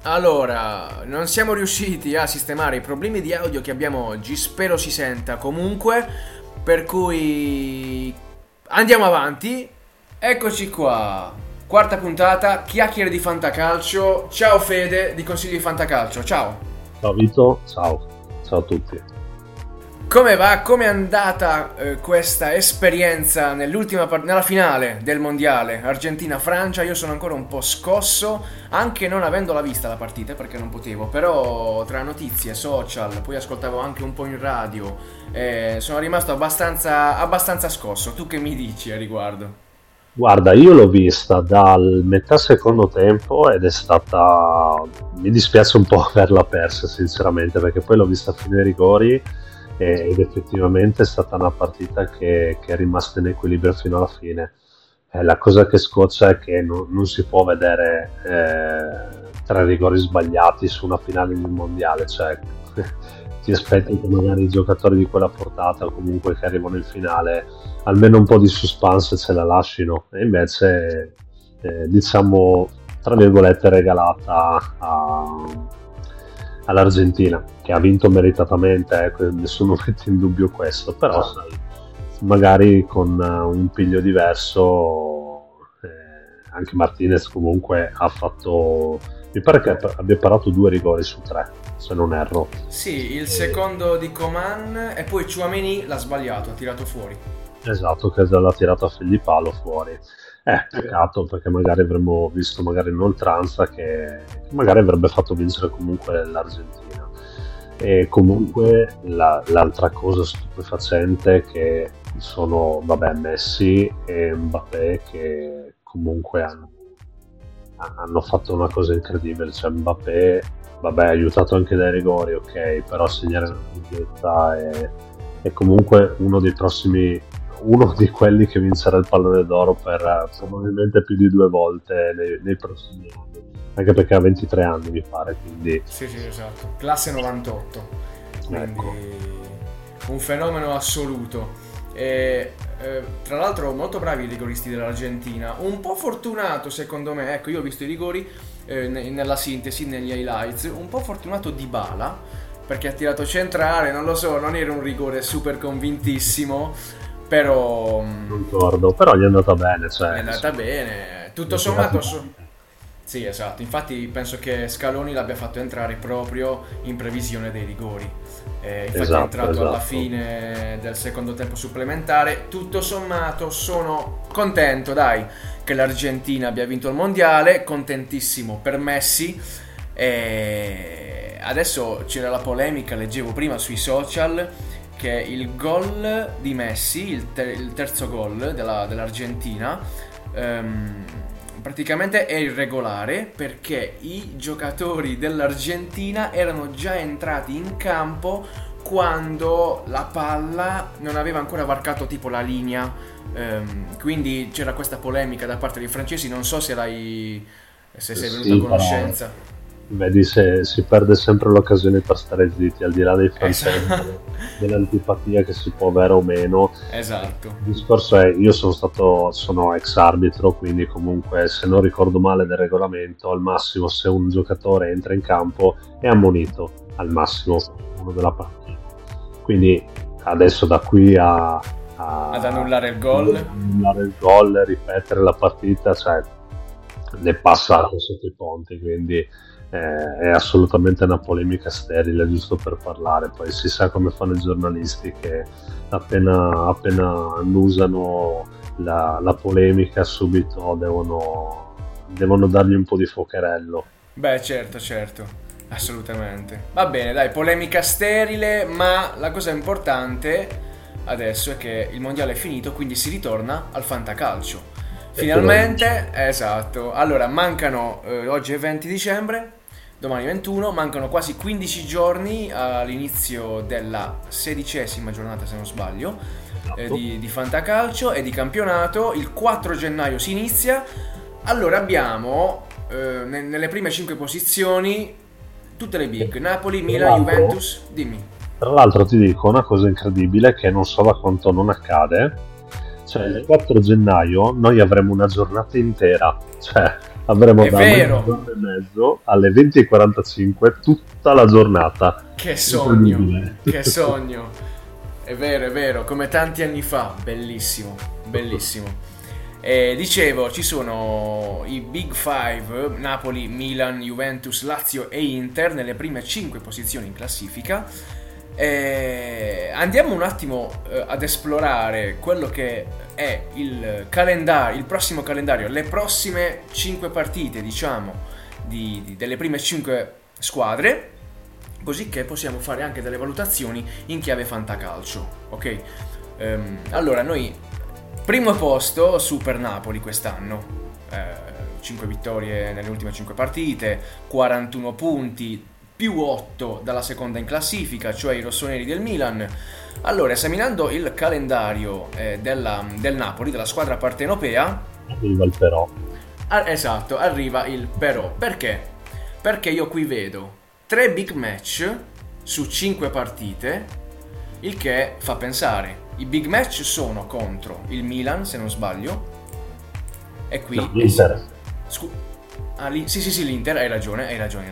Allora, non siamo riusciti a sistemare i problemi di audio che abbiamo oggi, spero si senta comunque, per cui andiamo avanti. Eccoci qua, quarta puntata, chiacchiere di Fantacalcio. Ciao Fede di Consigli di Fantacalcio, ciao. Ciao Vito, ciao a tutti. Come va? Come è andata questa esperienza nella finale del mondiale Argentina-Francia? Io sono ancora un po' scosso, anche non avendola vista la partita perché non potevo, però tra notizie, social, poi ascoltavo anche un po' in radio, sono rimasto abbastanza scosso. Tu che mi dici a riguardo? Guarda, io l'ho vista dal metà secondo tempo ed è stata... mi dispiace un po' averla persa sinceramente, perché poi l'ho vista a fine ai rigori ed effettivamente è stata una partita che è rimasta in equilibrio fino alla fine. La cosa che scoccia è che non si può vedere tre rigori sbagliati su una finale di un mondiale, cioè ti aspetti che magari i giocatori di quella portata o comunque che arrivano in finale almeno un po' di suspense ce la lasciano, e invece diciamo tra virgolette regalata all'Argentina, che ha vinto meritatamente, nessuno mette in dubbio questo, però sai, magari con un piglio diverso anche Martinez comunque ha fatto, mi pare che abbia parato 2 rigori su 3 se non erro. Sì, il secondo di Coman e poi Tchouaméni l'ha sbagliato, ha tirato fuori. Esatto, che l'ha tirato a Filippalo fuori. Peccato, perché magari avremmo visto magari un'oltranza che magari avrebbe fatto vincere comunque l'Argentina. E comunque l'altra cosa stupefacente è che sono, vabbè, Messi e Mbappé che comunque hanno fatto una cosa incredibile. Cioè Mbappé, vabbè, aiutato anche dai rigori, ok, però segnare una maglietta è comunque uno dei prossimi, uno di quelli che vincerà il pallone d'oro per probabilmente più di 2 volte nei prossimi anni, anche perché ha 23 anni mi pare, quindi Sì, esatto, classe 98, quindi ecco. un fenomeno assoluto. E tra l'altro molto bravi i rigoristi dell'Argentina, un po' fortunato secondo me, ecco, io ho visto i rigori nella sintesi, negli highlights, un po' fortunato Dybala perché ha tirato centrale, non lo so, non era un rigore super convintissimo, però Non ricordo, però gli è andata bene, è cioè andata bene, tutto sommato. Sì, esatto, infatti penso che Scaloni l'abbia fatto entrare proprio in previsione dei rigori. Infatti è entrato alla fine del secondo tempo supplementare. Tutto sommato sono contento, dai, che l'Argentina abbia vinto il mondiale, contentissimo per Messi. E adesso c'era la polemica, leggevo prima sui social, che il gol di Messi, il terzo gol dell'Argentina, praticamente è irregolare perché i giocatori dell'Argentina erano già entrati in campo quando la palla non aveva ancora varcato tipo la linea, quindi c'era questa polemica da parte dei francesi, non so se sei venuto a sì, conoscenza. però vedi, se si perde sempre l'occasione per stare zitti, al di là dei francesi, Esatto. dell'antipatia che si può avere o meno. Esatto. Il discorso è, io sono ex arbitro, quindi comunque se non ricordo male del regolamento, al massimo se un giocatore entra in campo è ammonito, al massimo uno della partita. Quindi adesso da qui Ad annullare il gol. annullare il gol, ripetere la partita, cioè ne passa acqua sotto i ponti, quindi è assolutamente una polemica sterile, giusto per parlare. Poi si sa come fanno i giornalisti, che appena annusano la polemica subito devono dargli un po' di fuocherello. Beh, certo, assolutamente. Va bene, dai, polemica sterile, ma la cosa importante adesso è che il mondiale è finito, quindi si ritorna al fantacalcio. Finalmente, esatto. Allora, mancano, oggi è 20 dicembre, domani 21, mancano quasi 15 giorni all'inizio della 16ª giornata, se non sbaglio, Esatto. di fantacalcio e di campionato. Il 4 gennaio si inizia. Allora abbiamo nelle prime 5 posizioni tutte le big: Napoli, Milan, Juventus. Dimmi. Tra l'altro ti dico una cosa incredibile che non so da quanto non accade, cioè il 4 gennaio noi avremo una giornata intera, cioè Avremo È da vero, mezz'ora e mezzo alle 20:45 tutta la giornata. che sogno, Incredibile. che sogno. È vero, come tanti anni fa, bellissimo, bellissimo. Dicevo, ci sono i Big Five, Napoli, Milan, Juventus, Lazio e Inter nelle prime 5 posizioni in classifica. Andiamo un attimo ad esplorare quello che è il calendario, il prossimo calendario, le prossime 5 partite, diciamo, delle prime 5 squadre, così che possiamo fare anche delle valutazioni in chiave fantacalcio, ok? Allora, noi primo posto Super Napoli quest'anno, 5 vittorie nelle ultime 5 partite, 41 punti, più 8 dalla seconda in classifica, cioè i rossoneri del Milan. Allora, esaminando il calendario del Napoli, della squadra partenopea, Arriva il però. esatto, arriva il però. Perché? Perché io qui vedo 3 big match su 5 partite, il che fa pensare. I big match sono contro il Milan, se non sbaglio, e qui... No, l'Inter. Sì, l'Inter, hai ragione.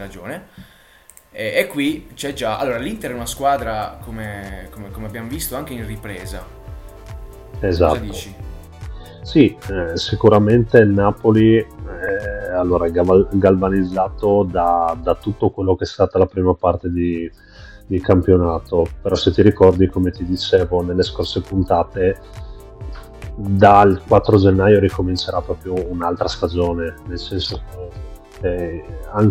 E qui c'è già... Allora, l'Inter è una squadra, come abbiamo visto, anche in ripresa. Esatto. Cosa dici? Sì, sicuramente il Napoli allora, è galvanizzato da tutto quello che è stata la prima parte di campionato, però se ti ricordi, come ti dicevo nelle scorse puntate, dal 4 gennaio ricomincerà proprio un'altra stagione, nel senso che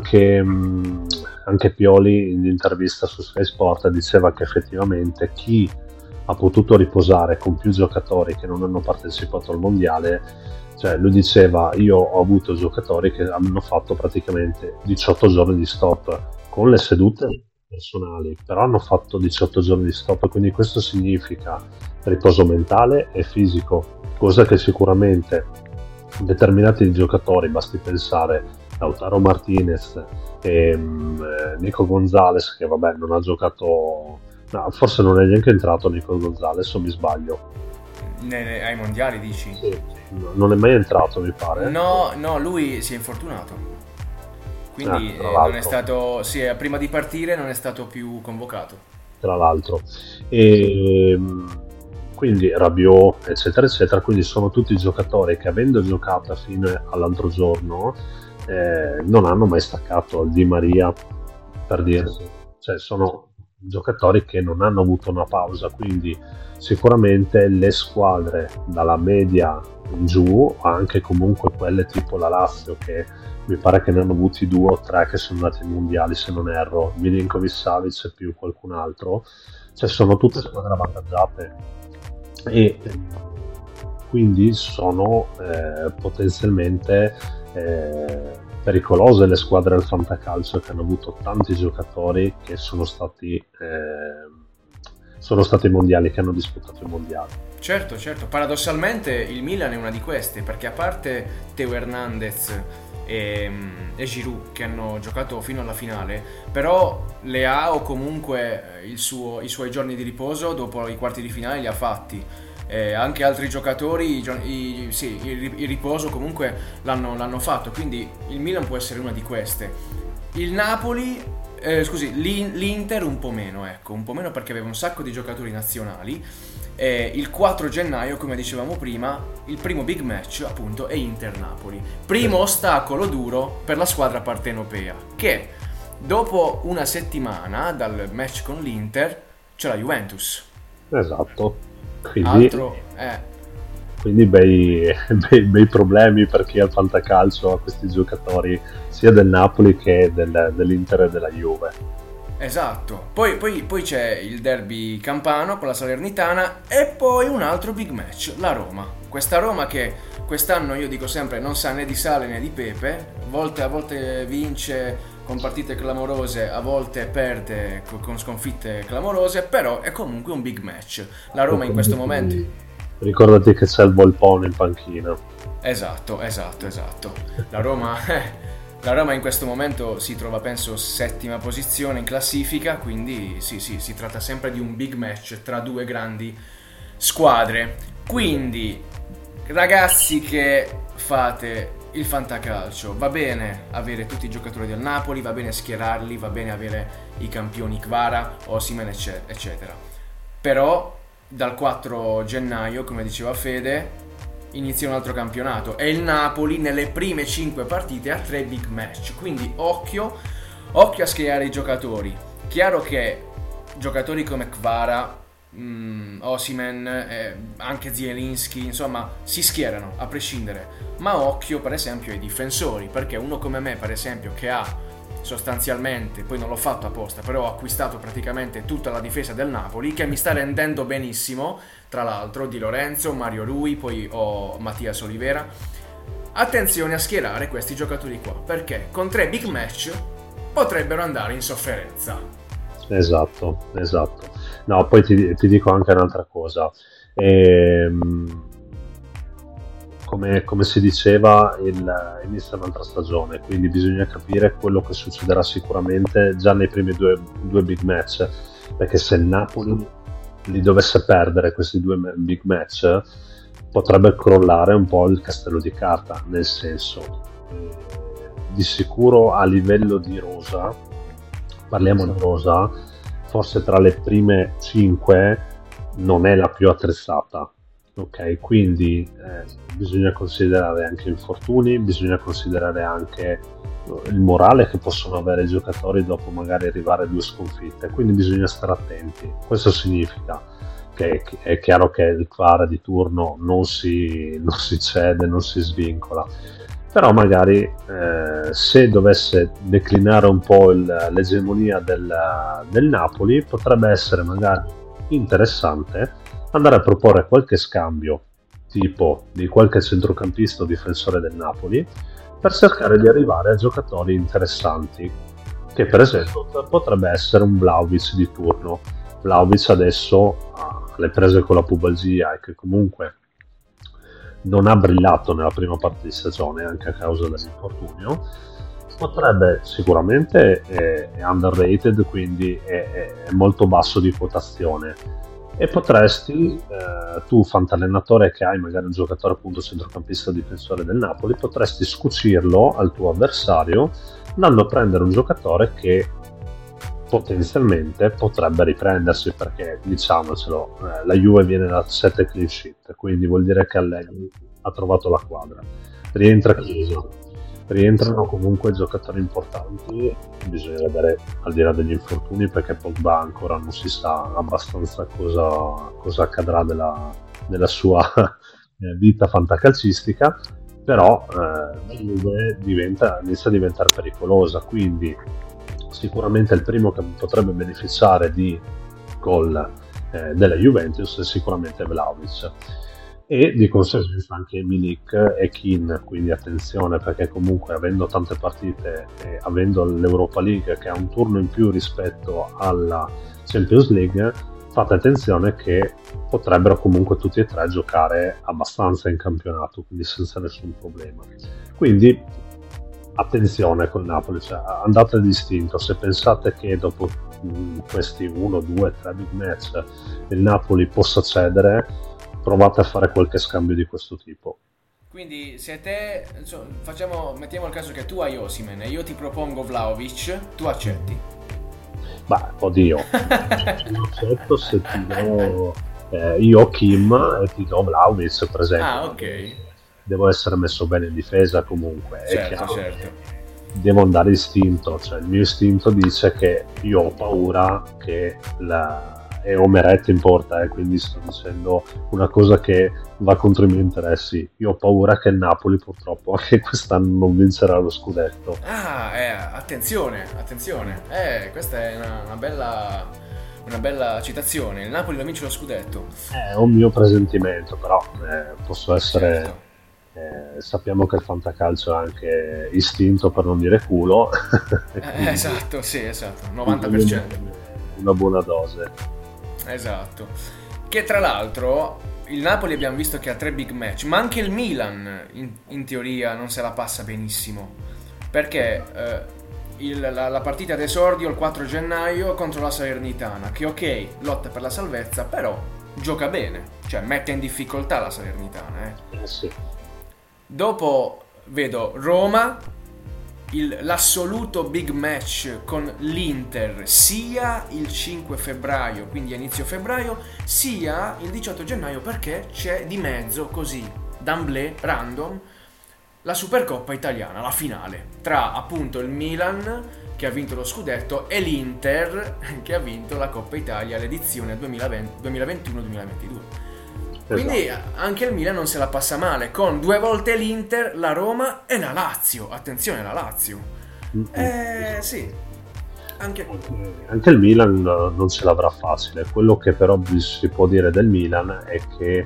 anche Pioli in intervista su Sky Sport diceva che effettivamente chi ha potuto riposare con più giocatori che non hanno partecipato al mondiale, cioè lui diceva: io ho avuto giocatori che hanno fatto praticamente 18 giorni di stop con le sedute personali, però hanno fatto 18 giorni di stop, quindi questo significa riposo mentale e fisico, cosa che sicuramente determinati giocatori, basti pensare Lautaro Martinez e Nico Gonzalez, che vabbè non ha giocato, no, forse non è neanche entrato Nico Gonzalez, o mi sbaglio? Ai mondiali dici? Sì, non è mai entrato, mi pare. No, lui si è infortunato. Quindi non è stato... Sì, prima di partire non è stato più convocato. Tra l'altro. E quindi Rabiot, eccetera, eccetera. Quindi sono tutti giocatori che, avendo giocato fino all'altro giorno, non hanno mai staccato. Di Maria, per dirsi. Cioè, sono giocatori che non hanno avuto una pausa, quindi sicuramente le squadre dalla media in giù, anche comunque quelle tipo la Lazio, che mi pare che ne hanno avuti 2 o 3 che sono andati ai mondiali, se non erro, Milinkovic, Savic e più qualcun altro, cioè sono tutte squadre avvantaggiate e quindi sono potenzialmente pericolose le squadre del fantacalcio, che hanno avuto tanti giocatori che sono stati mondiali, che hanno disputato i mondiali. Certo, paradossalmente il Milan è una di queste, perché a parte Teo Hernandez e Giroud, che hanno giocato fino alla finale, però Leao comunque i suoi giorni di riposo dopo i quarti di finale li ha fatti. Anche altri giocatori il riposo comunque l'hanno fatto, quindi il Milan può essere una di queste. Il Napoli, l'Inter un po' meno, perché aveva un sacco di giocatori nazionali. Il 4 gennaio, come dicevamo prima, il primo big match appunto è Inter-Napoli, primo ostacolo duro per la squadra partenopea, che dopo una settimana dal match con l'Inter c'è la Juventus. Esatto, quindi bei problemi per chi ha il fantacalcio a questi giocatori sia del Napoli che dell'Inter e della Juve. Esatto, poi c'è il derby campano con la Salernitana e poi un altro big match, la Roma. Questa Roma che quest'anno, io dico sempre, non sa né di sale né di pepe, a volte vince con partite clamorose, a volte perde con sconfitte clamorose, però è comunque un big match. La Roma in questo momento... Ricordati che c'è il Volpone in panchina. Esatto. La Roma in questo momento si trova, penso, settima posizione in classifica, quindi sì, si tratta sempre di un big match tra due grandi squadre. Quindi, ragazzi che fate il fantacalcio. Va bene avere tutti i giocatori del Napoli, va bene schierarli, va bene avere i campioni Kvara, Osimhen, eccetera. Però dal 4 gennaio, come diceva Fede, inizia un altro campionato e il Napoli nelle prime 5 partite ha 3 big match, quindi occhio a schierare i giocatori. Chiaro che giocatori come Kvara, Osimhen, anche Zielinski, insomma, si schierano a prescindere, ma occhio per esempio ai difensori, perché uno come me, per esempio, che ha sostanzialmente, poi non l'ho fatto apposta, però ho acquistato praticamente tutta la difesa del Napoli, che mi sta rendendo benissimo, tra l'altro Di Lorenzo, Mario Rui, poi ho Mattias Olivera. Attenzione a schierare questi giocatori qua, perché con 3 big match potrebbero andare in sofferenza. Esatto. No, poi ti dico anche un'altra cosa. Come si diceva, inizia un'altra stagione, quindi bisogna capire quello che succederà sicuramente già nei primi due big match, perché se il Napoli li dovesse perdere questi 2 big match, potrebbe crollare un po' il castello di carta, nel senso, di sicuro a livello di rosa, parliamo di rosa, forse tra le prime 5 non è la più attrezzata. Ok, quindi bisogna considerare anche infortuni, bisogna considerare anche il morale che possono avere i giocatori dopo magari arrivare a 2 sconfitte, quindi bisogna stare attenti. Questo significa che è chiaro che il VAR di turno non si cede, non si svincola, però magari se dovesse declinare un po' l'egemonia del Napoli, potrebbe essere magari interessante andare a proporre qualche scambio tipo di qualche centrocampista o difensore del Napoli per cercare di arrivare a giocatori interessanti, che per esempio potrebbe essere un Vlahovic di turno. Vlahovic adesso ha le prese con la pubalgia e che comunque non ha brillato nella prima parte di stagione anche a causa dell'infortunio, potrebbe sicuramente è underrated, quindi è molto basso di quotazione, e potresti tu fantallenatore che hai magari un giocatore appunto centrocampista difensore del Napoli, potresti scucirlo al tuo avversario andando a prendere un giocatore che potenzialmente potrebbe riprendersi, perché diciamocelo, la Juve viene da 7 clean sheet, quindi vuol dire che Allegri ha trovato la quadra, rientra Chiesa, rientrano comunque giocatori importanti, bisogna vedere al di là degli infortuni, perché Pogba ancora non si sa abbastanza cosa accadrà della sua vita fantacalcistica, però la Juve inizia a diventare pericolosa, quindi sicuramente il primo che potrebbe beneficiare di gol della Juventus è sicuramente Vlahovic, e di conseguenza anche Milik e Keane, quindi attenzione, perché comunque avendo tante partite e avendo l'Europa League che ha un turno in più rispetto alla Champions League, fate attenzione che potrebbero comunque tutti e tre giocare abbastanza in campionato, quindi senza nessun problema. Quindi attenzione col Napoli, cioè, andate distinto. Se pensate che dopo questi 1, 2, 3 big match il Napoli possa cedere, provate a fare qualche scambio di questo tipo. Quindi se te, insomma, mettiamo il caso che tu hai Osimhen e io ti propongo Vlahovic, tu accetti? Beh, oddio, non accetto se ti do io ho Kim e ti do Vlahovic, per esempio. Ah, ok. Devo essere messo bene in difesa comunque. Certo. Devo andare istinto, cioè il mio istinto dice che io ho paura che è Omeret in porta, quindi sto dicendo una cosa che va contro i miei interessi. Io ho paura che il Napoli purtroppo anche quest'anno non vincerà lo scudetto. Attenzione, questa è una bella citazione. Il Napoli non vince lo scudetto. È un mio presentimento, però posso essere... Certo. Sappiamo che il fantacalcio è anche istinto, per non dire culo. Esatto, 90%. Una buona dose. Esatto. Che tra l'altro il Napoli abbiamo visto che ha 3 big match, ma anche il Milan in teoria non se la passa benissimo, perché la partita d'esordio il 4 gennaio contro la Salernitana, che ok, lotta per la salvezza, però gioca bene, cioè mette in difficoltà la Salernitana. Sì. Dopo vedo Roma, l'assoluto big match con l'Inter sia il 5 febbraio, quindi a inizio febbraio, sia il 18 gennaio, perché c'è di mezzo così, d'emblée, random, la Supercoppa italiana, la finale, tra appunto il Milan che ha vinto lo scudetto e l'Inter che ha vinto la Coppa Italia l'edizione 2021-2022. Quindi anche il Milan non se la passa male, con 2 volte l'Inter, la Roma e la Lazio. Attenzione, la Lazio. Sì. Anche il Milan non ce l'avrà facile. Quello che però si può dire del Milan è che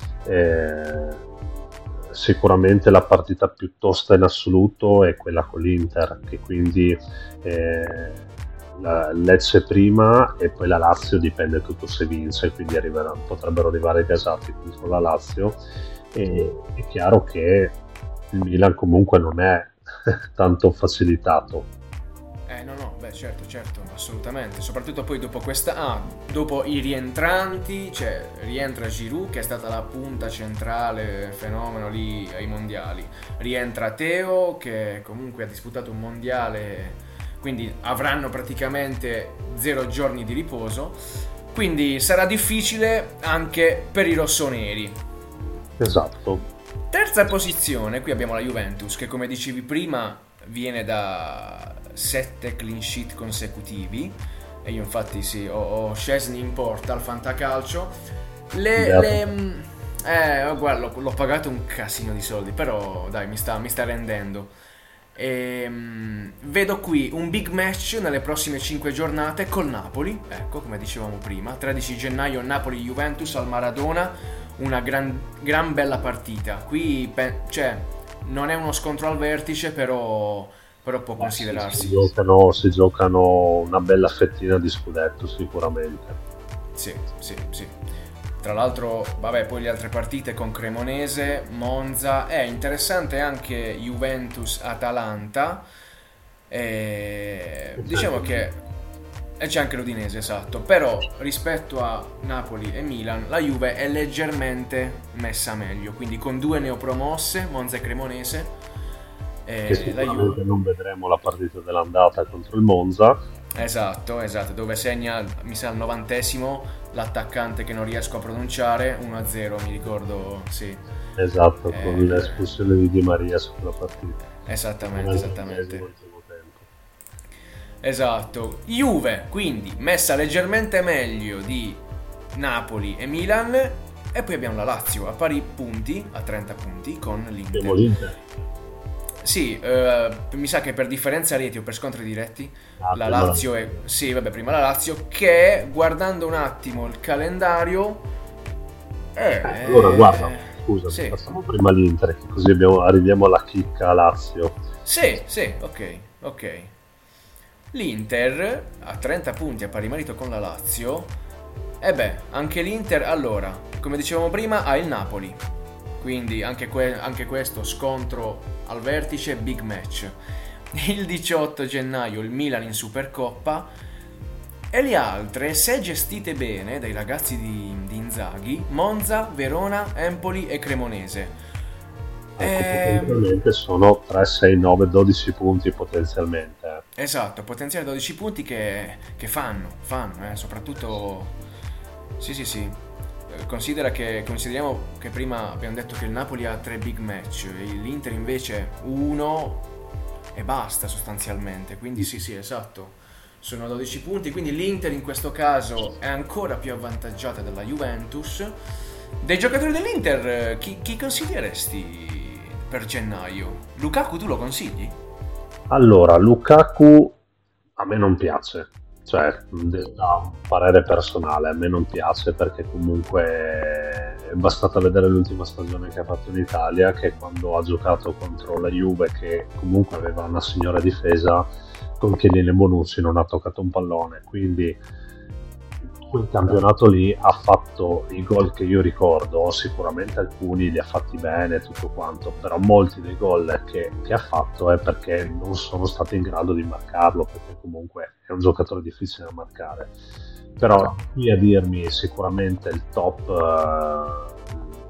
sicuramente la partita più tosta in assoluto è quella con l'Inter, che quindi Lecce prima e poi la Lazio, dipende tutto se vince, quindi potrebbero arrivare gasati contro la Lazio. E è chiaro che il Milan comunque non è tanto facilitato. No, beh, certo, assolutamente. Soprattutto poi dopo dopo i rientranti, cioè rientra Giroud, che è stata la punta centrale, fenomeno lì ai mondiali. Rientra Theo, che comunque ha disputato un mondiale, quindi avranno praticamente 0 giorni di riposo. Quindi sarà difficile anche per i rossoneri. Esatto. Terza posizione, qui abbiamo la Juventus, che come dicevi prima viene da 7 clean sheet consecutivi, e io infatti sì, ho Szczesny in porta al fantacalcio. Guarda, l'ho pagato un casino di soldi, però dai, mi sta rendendo. Vedo qui un big match nelle prossime 5 giornate col Napoli, ecco, come dicevamo prima, 13 gennaio Napoli-Juventus al Maradona, una gran bella partita. Qui cioè non è uno scontro al vertice, però può considerarsi. Si giocano una bella fettina di scudetto sicuramente. Sì. Tra l'altro, vabbè, poi le altre partite con Cremonese, Monza, è interessante anche Juventus-Atalanta, diciamo che c'è anche l'Udinese, esatto, però rispetto a Napoli e Milan la Juve è leggermente messa meglio, quindi con 2 neopromosse, Monza e Cremonese. Che sicuramente non vedremo la partita dell'andata contro il Monza. Esatto, dove segna, mi sa, al 90esimo l'attaccante che non riesco a pronunciare, 1-0, mi ricordo, sì. Esatto, con l'espulsione di Di Maria su quella partita. Esattamente. Esatto. Juve, quindi, messa leggermente meglio di Napoli e Milan, e poi abbiamo la Lazio a pari punti, a 30 punti, con l'Inter. Abbiamo l'Inter. Sì, mi sa che per differenza reti o per scontri diretti la Lazio è... Sì, vabbè, prima la Lazio, che guardando un attimo il calendario allora guarda, scusa, sì. Passiamo prima l'Inter, che così arriviamo alla chicca Lazio. Sì, ok. L'Inter a 30 punti a pari merito con la Lazio. Anche l'Inter, allora, come dicevamo prima, ha il Napoli. Quindi anche questo scontro al vertice, big match. Il 18 gennaio il Milan in Supercoppa, e le altre, se gestite bene dai ragazzi di Inzaghi, Monza, Verona, Empoli e Cremonese. Potenzialmente sono 3, 6, 9, 12 punti potenzialmente. Esatto, potenziale 12 punti che fanno, soprattutto... Sì. Consideriamo che prima abbiamo detto che il Napoli ha 3 big match, l'Inter invece 1 e basta sostanzialmente, quindi sì, esatto, sono 12 punti, quindi l'Inter in questo caso è ancora più avvantaggiata della Juventus. Dei giocatori dell'Inter, chi consiglieresti per gennaio? Lukaku tu lo consigli? Allora, Lukaku a me non piace. Cioè, da un parere personale, a me non piace, perché comunque è bastata vedere l'ultima stagione che ha fatto in Italia, che quando ha giocato contro la Juve, che comunque aveva una signora difesa, con Chiellini e Bonucci non ha toccato un pallone, quindi quel campionato lì ha fatto i gol che io ricordo, sicuramente alcuni li ha fatti bene, tutto quanto, però molti dei gol che ha fatto è perché non sono stati in grado di marcarlo, perché comunque è un giocatore difficile da marcare. Però qui a dirmi sicuramente il top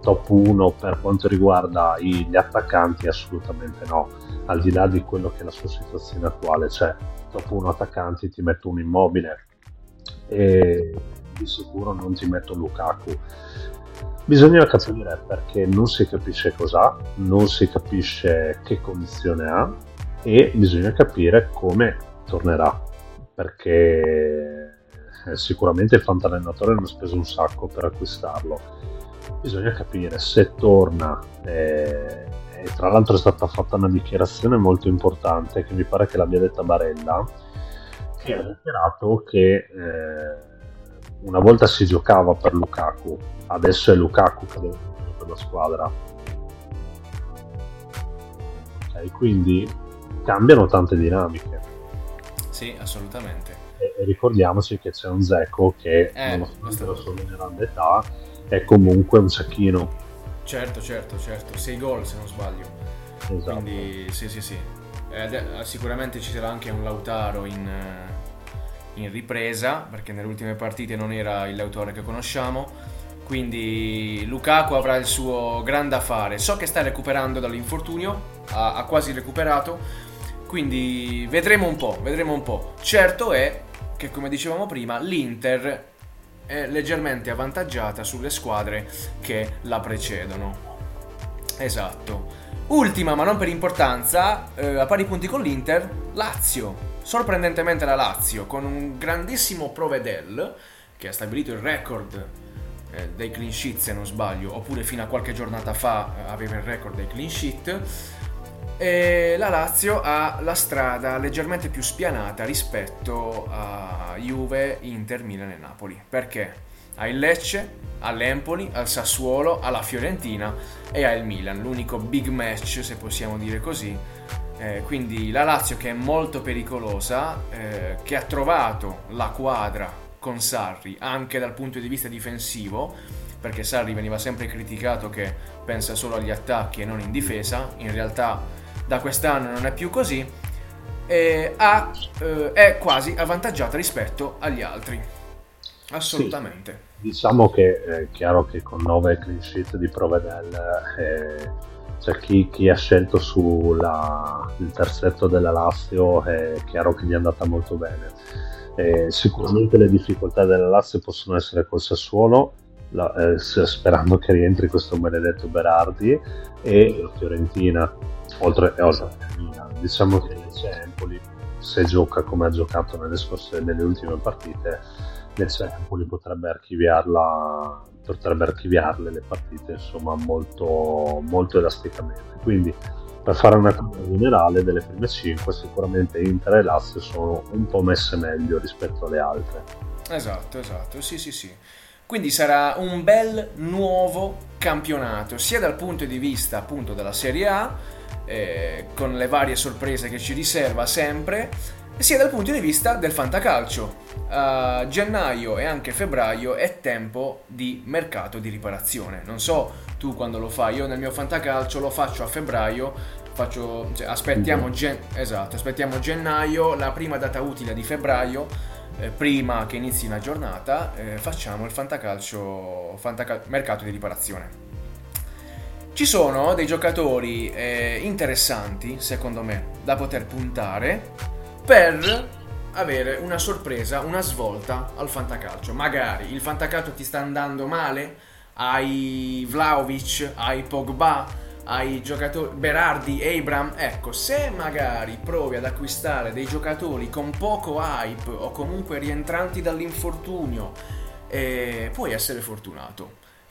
top 1 per quanto riguarda gli attaccanti, assolutamente no, al di là di quello che è la sua situazione attuale, cioè top 1 attaccanti ti metto un Immobile e di sicuro non ti metto Lukaku. Bisogna capire perché non si capisce cos'ha, non si capisce che condizione ha e bisogna capire come tornerà, perché sicuramente il fantallenatore non ha speso un sacco per acquistarlo. Bisogna capire se torna, e tra l'altro è stata fatta una dichiarazione molto importante che mi pare che l'abbia detta Barella, che ha dichiarato che una volta si giocava per Lukaku, adesso è Lukaku che deve giocare per la squadra. Ok, quindi cambiano tante dinamiche. Sì, assolutamente. E ricordiamoci che c'è un Dzeko che nonostante la sua grande età è comunque un sacchino. Certo, 6 gol se non sbaglio. Esatto. Quindi sì. Sicuramente ci sarà anche un Lautaro in ripresa, perché nelle ultime partite non era il Lautaro che conosciamo. Quindi Lukaku avrà il suo grande affare. So che sta recuperando dall'infortunio, ha quasi recuperato, quindi vedremo un po'. Certo è che, come dicevamo prima, l'Inter è leggermente avvantaggiata sulle squadre che la precedono. Esatto. Ultima, ma non per importanza, a pari punti con l'Inter, Lazio. Sorprendentemente la Lazio, con un grandissimo Provedel, che ha stabilito il record dei clean sheet, se non sbaglio, oppure fino a qualche giornata fa aveva il record dei clean sheet. E la Lazio ha la strada leggermente più spianata rispetto a Juve, Inter, Milan e Napoli. Perché? Ha il Lecce, ha l'Empoli, ha il Sassuolo, ha la Fiorentina e ha il Milan, l'unico big match, se possiamo dire così. Quindi la Lazio, che è molto pericolosa, che ha trovato la quadra con Sarri anche dal punto di vista difensivo, perché Sarri veniva sempre criticato che pensa solo agli attacchi e non in difesa. In realtà da quest'anno non è più così, è quasi avvantaggiata rispetto agli altri, assolutamente. Sì, diciamo che è chiaro che con 9 clean sheet di Provedel c'è chi ha scelto il terzetto della Lazio, è chiaro che gli è andata molto bene. Sicuramente le difficoltà della Lazio possono essere col Sassuolo, sperando che rientri questo benedetto Berardi, e la Fiorentina, oltre al Milan. Diciamo che c'è Empoli, se gioca come ha giocato nelle ultime partite, Empoli potrebbe archiviarle le partite, insomma, molto, molto elasticamente. Quindi, per fare una cosa generale, delle prime 5 sicuramente Inter e Lazio sono un po' messe meglio rispetto alle altre. Esatto, sì. Quindi sarà un bel nuovo campionato, sia dal punto di vista appunto della Serie A, con le varie sorprese che ci riserva sempre, sia dal punto di vista del fantacalcio. A gennaio e anche febbraio è tempo di mercato di riparazione. Non so tu quando lo fai, io nel mio fantacalcio lo faccio a febbraio, aspettiamo gennaio, la prima data utile di febbraio, prima che inizi una giornata, facciamo il fantacalcio mercato di riparazione. Ci sono dei giocatori interessanti, secondo me, da poter puntare per avere una sorpresa, una svolta al fantacalcio. Magari il fantacalcio ti sta andando male, hai Vlahovic, hai Pogba, hai giocatori Berardi, Abraham. Ecco, se magari provi ad acquistare dei giocatori con poco hype o comunque rientranti dall'infortunio, puoi essere fortunato.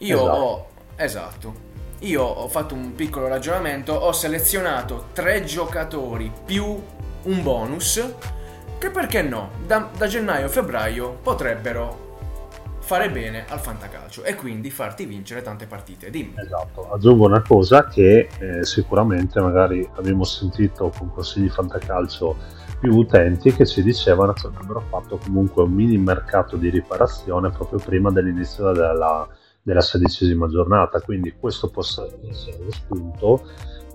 Io ho fatto un piccolo ragionamento, ho selezionato 3 giocatori più un bonus che, perché no, da gennaio a febbraio potrebbero fare bene al fantacalcio e quindi farti vincere tante partite. Dimmi. Esatto, aggiungo una cosa che sicuramente magari abbiamo sentito con consigli fantacalcio più utenti che ci dicevano che avrebbero fatto comunque un mini mercato di riparazione proprio prima dell'inizio della 16ª giornata, quindi questo possa essere lo spunto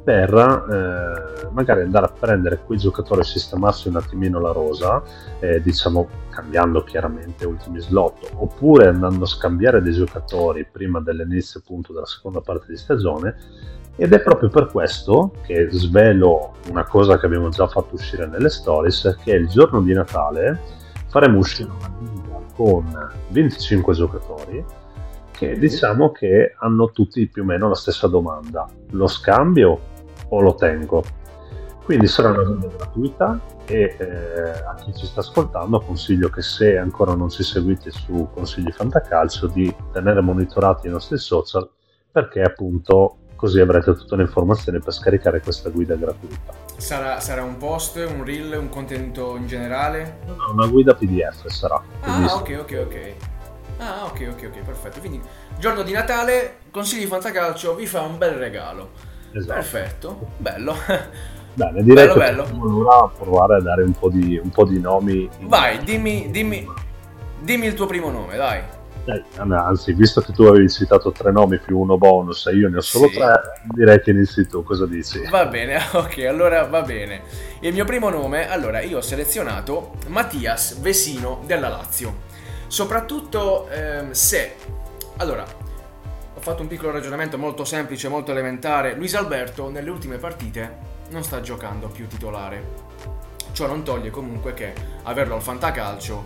per magari andare a prendere quei giocatori e sistemarsi un attimino la rosa, diciamo cambiando chiaramente ultimi slot, oppure andando a scambiare dei giocatori prima dell'inizio appunto della seconda parte di stagione. Ed è proprio per questo che svelo una cosa che abbiamo già fatto uscire nelle stories, che il giorno di Natale faremo uscire una liga con 25 giocatori che diciamo che hanno tutti più o meno la stessa domanda: lo scambio o lo tengo? Quindi sarà una cosa gratuita e a chi ci sta ascoltando consiglio che, se ancora non ci seguite su Consigli Fantacalcio, di tenere monitorati i nostri social, perché appunto così avrete tutte le informazioni per scaricare questa guida gratuita. Sarà un post, un reel, un contenuto in generale? No, una guida PDF sarà. Ok. Ah, ok, perfetto. Quindi, giorno di Natale, Consigli Fantacalcio vi fa un bel regalo. Esatto. Perfetto, bello. Bene, direi bello. Ora provare a dare un po' di nomi. Vai, dimmi il tuo primo nome, dai. Anzi, visto che tu avevi citato 3 nomi più uno bonus e io ne ho solo 3, direi che inizi tu, cosa dici? Va bene, ok, allora va bene. Il mio primo nome, allora, io ho selezionato Mattias Vesino della Lazio. Soprattutto se... Allora, ho fatto un piccolo ragionamento molto semplice, molto elementare. Luis Alberto nelle ultime partite non sta giocando più titolare. Ciò non toglie comunque che averlo al fantacalcio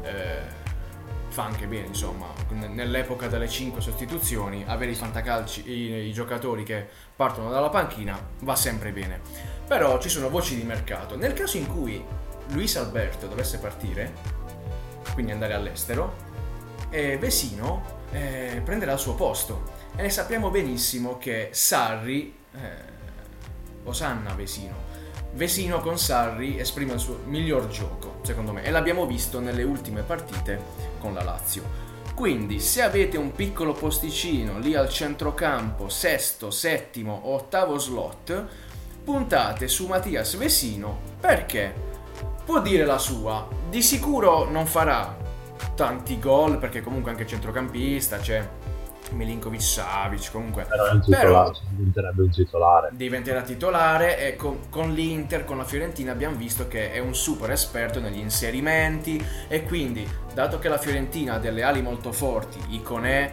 fa anche bene, insomma. Nell'epoca delle 5 sostituzioni, avere i giocatori che partono dalla panchina va sempre bene. Però ci sono voci di mercato. Nel caso in cui Luis Alberto dovesse partire, quindi andare all'estero, Vesino prenderà il suo posto, e ne sappiamo benissimo che Sarri osanna Vesino con Sarri esprime il suo miglior gioco, secondo me, e l'abbiamo visto nelle ultime partite con la Lazio. Quindi se avete un piccolo posticino lì al centrocampo, sesto, settimo o ottavo slot, puntate su Mattias Vesino, perché può dire la sua. Di sicuro non farà tanti gol, perché comunque anche centrocampista, c'è Milinkovic Savic, comunque però diventerebbe un titolare. Diventerà titolare, e con l'Inter, con la Fiorentina abbiamo visto che è un super esperto negli inserimenti, e quindi, dato che la Fiorentina ha delle ali molto forti, Iconè,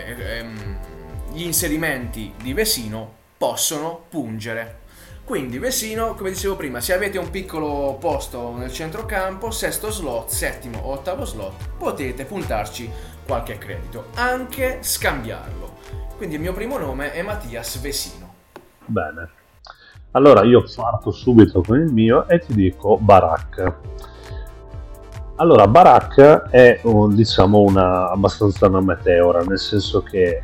gli inserimenti di Vesino possono pungere. Quindi Vesino, come dicevo prima, se avete un piccolo posto nel centrocampo, sesto slot, settimo o ottavo slot, potete puntarci qualche credito, anche scambiarlo. Quindi il mio primo nome è Mattias Vesino. Bene, allora io parto subito con il mio e ti dico Barak. Allora, Barak è abbastanza una meteora, nel senso che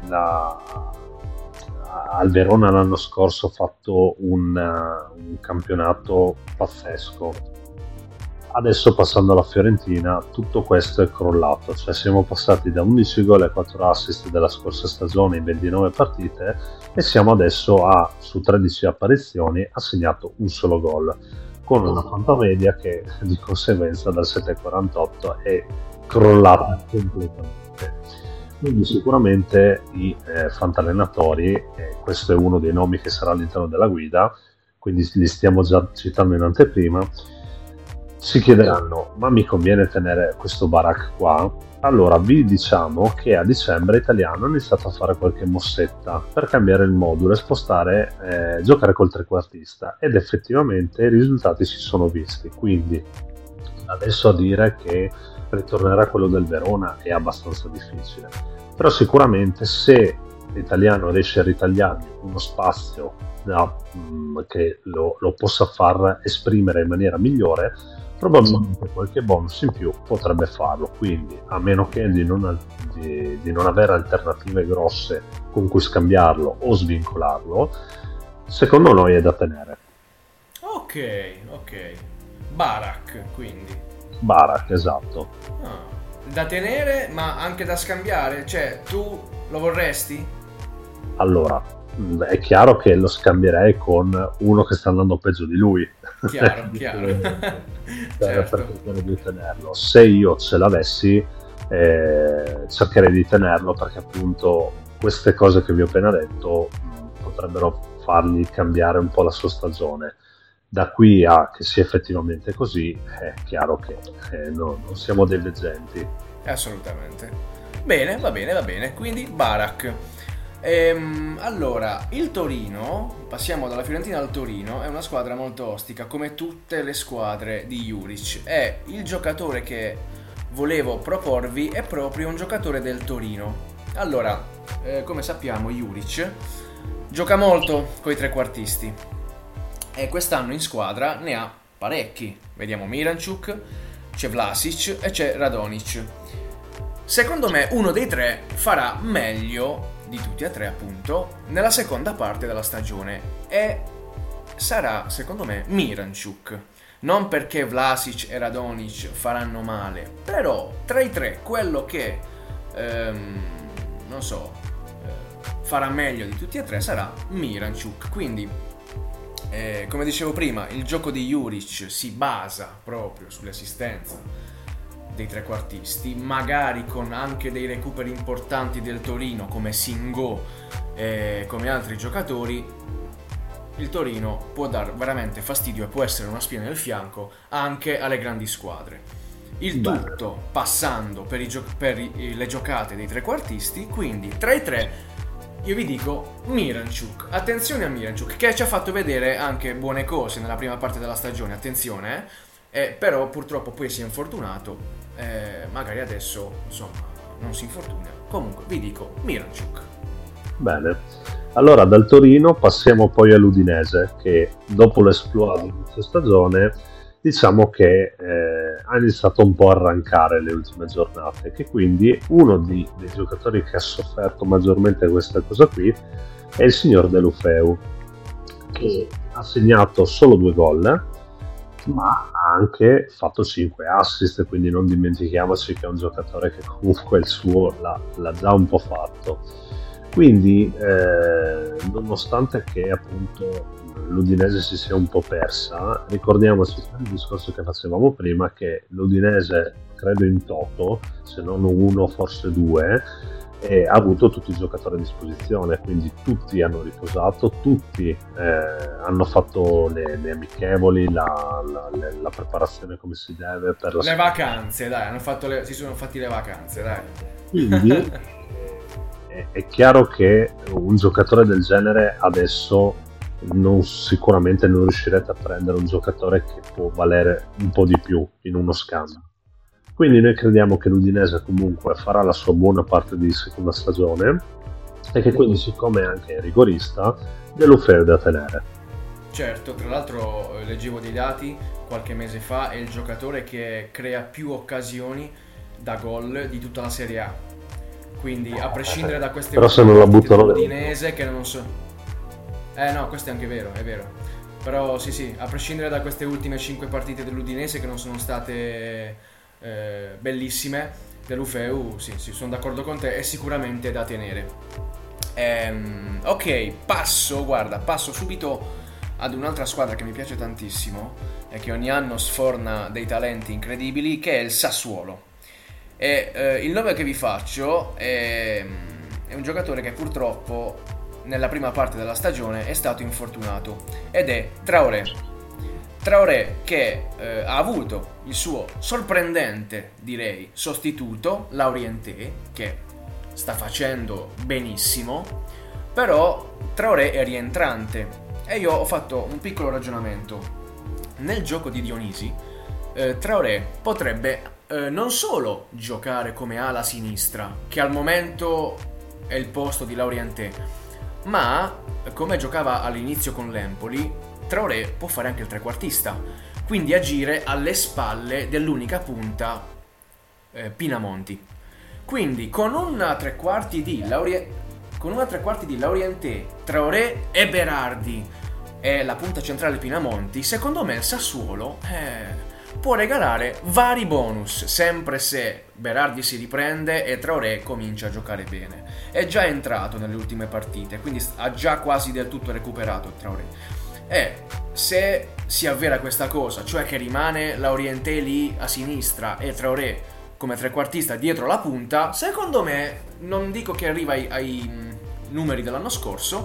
al Verona l'anno scorso ha fatto un campionato pazzesco. Adesso, passando alla Fiorentina, tutto questo è crollato, cioè siamo passati da 11 gol e 4 assist della scorsa stagione in 29 partite, e siamo adesso su 13 apparizioni ha segnato un solo gol, con una fantamedia che di conseguenza dal 7,48 è crollata completamente. Quindi sicuramente i fantallenatori, questo è uno dei nomi che sarà all'interno della guida, quindi li stiamo già citando in anteprima, si chiederanno: ma mi conviene tenere questo Barak qua? Allora vi diciamo che a dicembre Italiano ha iniziato a fare qualche mossetta per cambiare il modulo e giocare col trequartista, ed effettivamente i risultati si sono visti. Quindi adesso a dire che ritornerà quello del Verona è abbastanza difficile, però sicuramente se l'Italiano riesce a ritagliargli uno spazio che lo possa far esprimere in maniera migliore, probabilmente qualche bonus in più potrebbe farlo. Quindi, a meno che di non avere alternative grosse con cui scambiarlo o svincolarlo, secondo noi è da tenere. Ok, Barak, quindi Barak, esatto. Da tenere, ma anche da scambiare? Cioè, tu lo vorresti? Allora, è chiaro che lo scambierei con uno che sta andando peggio di lui. Chiaro. Per Certo. cercare di tenerlo. Se io ce l'avessi, cercherei di tenerlo, perché appunto queste cose che vi ho appena detto potrebbero fargli cambiare un po' la sua stagione. Da qui a che sia effettivamente così, è chiaro che no, non siamo dei veggenti. Assolutamente. Bene, va bene, va bene. Quindi Barak. Allora, il Torino, passiamo dalla Fiorentina al Torino, è una squadra molto ostica, come tutte le squadre di Juric. E il giocatore che volevo proporvi è proprio un giocatore del Torino. Allora, come sappiamo, Juric gioca molto coi trequartisti e quest'anno in squadra ne ha parecchi. Vediamo Miranchuk, c'è Vlasic e c'è Radonic. Secondo me uno dei tre farà meglio di tutti e tre, appunto, nella seconda parte della stagione, e sarà, secondo me, Miranchuk. Non perché Vlasic e Radonic faranno male, però tra i tre quello che non so, farà meglio di tutti e tre sarà Miranchuk. Quindi come dicevo prima, il gioco di Juric si basa proprio sull'assistenza dei trequartisti, magari con anche dei recuperi importanti del Torino come Singo e come altri giocatori. Il Torino può dar veramente fastidio e può essere una spina nel fianco anche alle grandi squadre. Il tutto passando per le giocate dei trequartisti. Quindi tra i tre io vi dico Miranchuk. Attenzione a Miranchuk, che ci ha fatto vedere anche buone cose nella prima parte della stagione, attenzione, però purtroppo poi si è infortunato. Magari adesso, insomma, non si infortuna. Comunque vi dico Miranchuk. Bene, allora dal Torino passiamo poi all'Udinese, che dopo l'esploit di inizio stagione diciamo che ha iniziato un po' a arrancare le ultime giornate, che quindi uno dei giocatori che ha sofferto maggiormente questa cosa qui è il signor Deulofeu, che ha segnato solo 2 gol, ma ha anche fatto 5 assist, quindi non dimentichiamoci che è un giocatore che comunque il suo l'ha già un po' fatto. Quindi nonostante che appunto l'Udinese si sia un po' persa, ricordiamoci il discorso che facevamo prima, che l'Udinese, credo in toto, se non uno forse 2, ha avuto tutti i giocatori a disposizione, quindi tutti hanno riposato, tutti hanno fatto le amichevoli, la preparazione come si deve per le vacanze, dai, si sono fatti le vacanze, dai. Quindi è chiaro che un giocatore del genere adesso sicuramente non riuscirete a prendere un giocatore che può valere un po' di più in uno scambio. Quindi noi crediamo che l'Udinese comunque farà la sua buona parte di seconda stagione e che quindi, siccome è anche rigorista, Deulofeu è da tenere. Certo, tra l'altro leggevo dei dati qualche mese fa, è il giocatore che crea più occasioni da gol di tutta la Serie A. Quindi a prescindere da queste però se non la buttano l'Udinese che non so. No, questo è anche vero, è vero. Però sì, a prescindere da queste ultime 5 partite dell'Udinese che non sono state bellissime, Deulofeu, sì, sono d'accordo con te, è sicuramente da tenere. Ok, passo subito ad un'altra squadra che mi piace tantissimo e che ogni anno sforna dei talenti incredibili, che è il Sassuolo. E il nome che vi faccio è un giocatore che purtroppo nella prima parte della stagione è stato infortunato, ed è Traoré che ha avuto il suo sorprendente, direi, sostituto Laurienté, che sta facendo benissimo. Però Traoré è rientrante e io ho fatto un piccolo ragionamento. Nel gioco di Dionisi Traoré potrebbe non solo giocare come ala sinistra, che al momento è il posto di Laurienté, ma come giocava all'inizio con l'Empoli, Traoré può fare anche il trequartista, quindi agire alle spalle dell'unica punta Pinamonti. Quindi con una tre quarti di Laurienté, Traoré e Berardi e la punta centrale Pinamonti, secondo me il Sassuolo può regalare vari bonus, sempre se Berardi si riprende e Traoré comincia a giocare bene. È già entrato nelle ultime partite, quindi ha già quasi del tutto recuperato Traoré. E se si avvera questa cosa, cioè che rimane Laurienté lì a sinistra e Traoré come trequartista dietro la punta, secondo me, non dico che arriva ai numeri dell'anno scorso,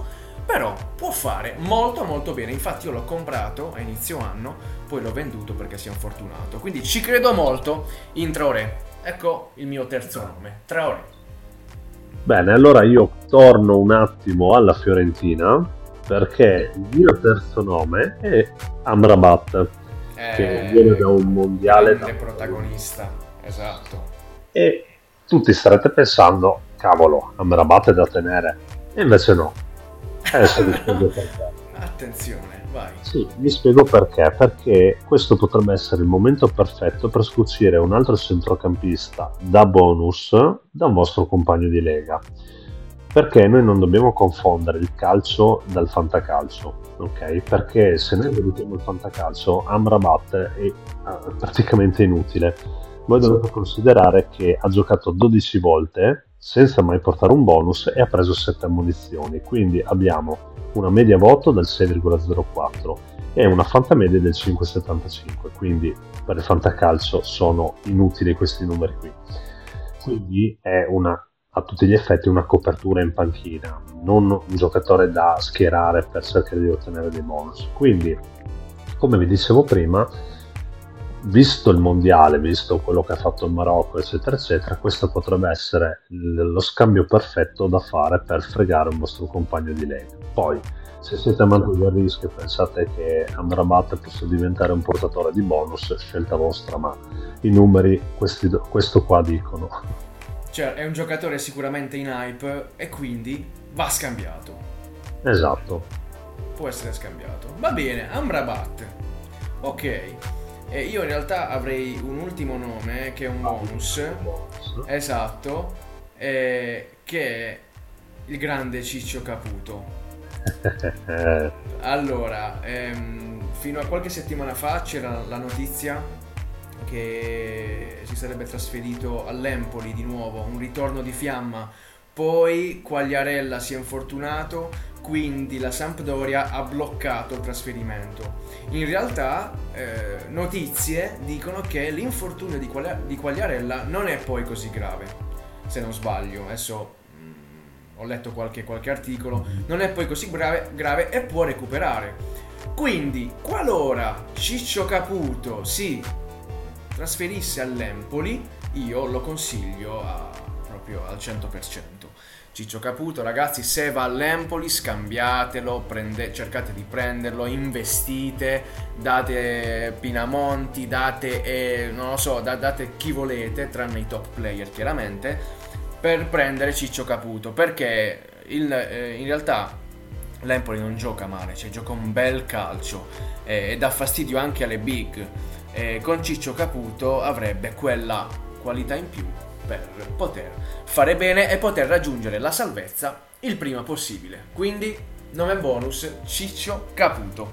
però può fare molto molto bene. Infatti io l'ho comprato a inizio anno, poi l'ho venduto perché si è infortunato, quindi ci credo molto in Traoré. Ecco il mio terzo nome, Traoré. Bene, allora io torno un attimo alla Fiorentina perché il mio terzo nome è Amrabat, che viene da un mondiale grande protagonista, esatto. E tutti starete pensando, cavolo, Amrabat è da tenere, e invece no. Adesso vi spiego perché. Attenzione, vai. Sì, vi spiego perché questo potrebbe essere il momento perfetto per scucire un altro centrocampista da bonus da un vostro compagno di lega. Perché noi non dobbiamo confondere il calcio dal fantacalcio, ok? Perché se noi valutiamo il fantacalcio, Amrabat è praticamente inutile. Voi dovete considerare che ha giocato 12 volte senza mai portare un bonus e ha preso 7 ammonizioni, quindi abbiamo una media voto del 6,04 e una fantamedia del 5,75, quindi per il fantacalcio sono inutili questi numeri qui. Quindi è a tutti gli effetti una copertura in panchina, non un giocatore da schierare per cercare di ottenere dei bonus. Quindi, come vi dicevo prima, visto il mondiale, visto quello che ha fatto il Marocco, eccetera, eccetera, questo potrebbe essere lo scambio perfetto da fare per fregare un vostro compagno di lega. Poi, se siete amanti del rischio e pensate che Amrabat possa diventare un portatore di bonus, scelta vostra, ma i numeri questo qua dicono. Cioè, è un giocatore sicuramente in hype e quindi va scambiato. Esatto. Può essere scambiato. Va bene, Amrabat. Ok. E io in realtà avrei un ultimo nome che è un bonus. Esatto. Che è il grande Ciccio Caputo. Allora, fino a qualche settimana fa c'era la notizia che si sarebbe trasferito all'Empoli di nuovo, un ritorno di fiamma. Poi Quagliarella si è infortunato, quindi la Sampdoria ha bloccato il trasferimento. In realtà notizie dicono che l'infortunio di Quagliarella non è poi così grave, se non sbaglio. Adesso ho letto qualche articolo, non è poi così grave e può recuperare. Quindi qualora Ciccio Caputo si trasferisse all'Empoli, io lo consiglio proprio al 100%. Ciccio Caputo, ragazzi, se va all'Empoli scambiatelo, cercate di prenderlo, investite, date Pinamonti, date non lo so, date chi volete, tranne i top player chiaramente, per prendere Ciccio Caputo, perché in realtà l'Empoli non gioca male, cioè gioca un bel calcio e dà fastidio anche alle big. Con Ciccio Caputo avrebbe quella qualità in più per poter fare bene e poter raggiungere la salvezza il prima possibile. Quindi nome bonus Ciccio Caputo.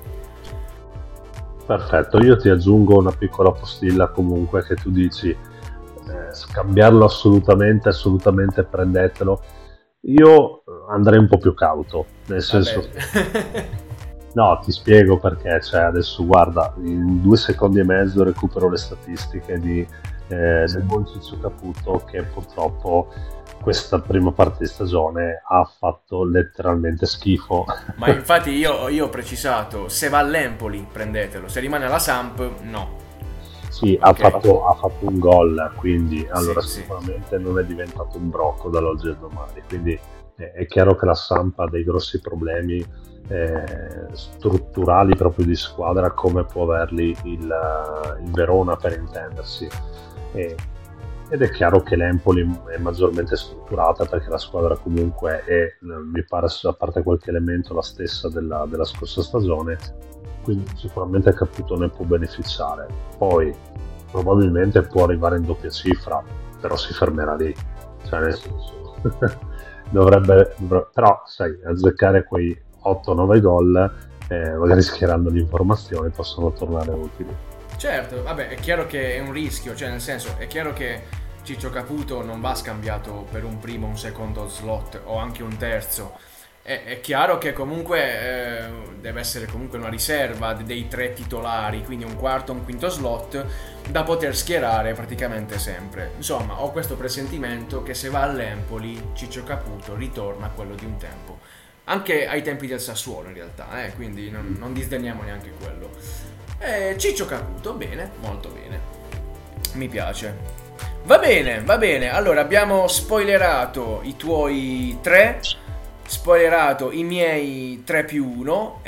Perfetto, io ti aggiungo una piccola postilla comunque, che tu dici scambiarlo assolutamente, prendetelo. Io andrei un po' più cauto, nel senso no, ti spiego perché. Cioè, adesso guarda, in 2 secondi e mezzo recupero le statistiche del buon Ciccio Caputo, che purtroppo questa prima parte di stagione ha fatto letteralmente schifo. Ma infatti io ho precisato, se va all'Empoli prendetelo, se rimane alla Samp no. Sì, okay. ha fatto un gol, quindi allora sicuramente non è diventato un brocco dall'oggi al domani, quindi è chiaro che la Samp ha dei grossi problemi strutturali proprio di squadra, come può averli il Verona, per intendersi, ed è chiaro che l'Empoli è maggiormente strutturata, perché la squadra comunque è, mi pare, a parte qualche elemento, la stessa della scorsa stagione, quindi sicuramente Caputo ne può beneficiare. Poi probabilmente può arrivare in doppia cifra, però si fermerà lì, cioè nel senso dovrebbe, però sai, azzeccare quei 8-9 gol, magari schierando le informazioni, possono tornare utili. Certo, vabbè, è chiaro che è un rischio, cioè nel senso, è chiaro che Ciccio Caputo non va scambiato per un primo, un secondo slot o anche un terzo. È chiaro che comunque deve essere comunque una riserva dei 3 titolari, quindi un quarto, un quinto slot da poter schierare praticamente sempre. Insomma, ho questo presentimento che se va all'Empoli Ciccio Caputo ritorna a quello di un tempo. anche ai tempi del Sassuolo in realtà, quindi non disdegniamo neanche quello. Ciccio Caputo, bene, molto bene, mi piace. Va bene, allora abbiamo spoilerato i tuoi 3, spoilerato i miei 3+1,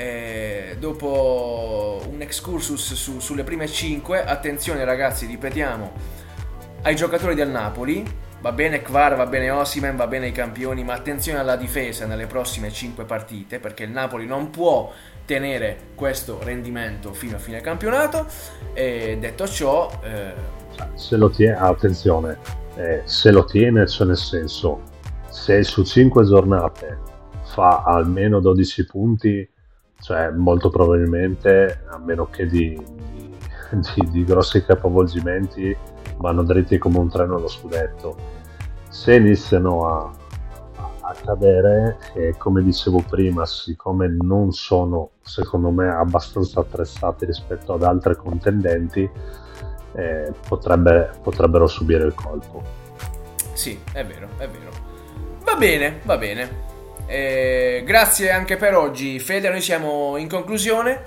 dopo un excursus sulle prime 5, attenzione ragazzi, ripetiamo, ai giocatori del Napoli, va bene Kvar, va bene Osimhen, va bene i campioni, ma attenzione alla difesa nelle prossime 5 partite, perché il Napoli non può tenere questo rendimento fino a fine campionato. E detto ciò, se lo tiene, attenzione, se lo tiene, cioè nel senso, se su 5 giornate fa almeno 12 punti, cioè molto probabilmente, a meno che di grossi capovolgimenti, vanno dritti come un treno allo scudetto. Se iniziano a cadere, come dicevo prima, siccome non sono secondo me abbastanza attrezzati rispetto ad altre contendenti, potrebbero subire il colpo. Sì, è vero. Va bene. Grazie anche per oggi, Fede, noi siamo in conclusione.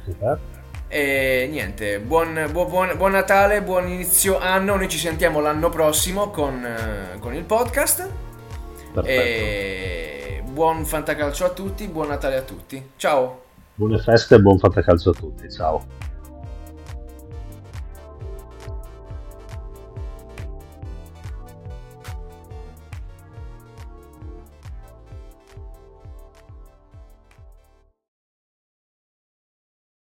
E niente, buon Natale, buon inizio anno, noi ci sentiamo l'anno prossimo con il podcast. Perfetto. E buon fantacalcio a tutti, buon Natale a tutti, ciao. Buone feste e buon fantacalcio a tutti, ciao.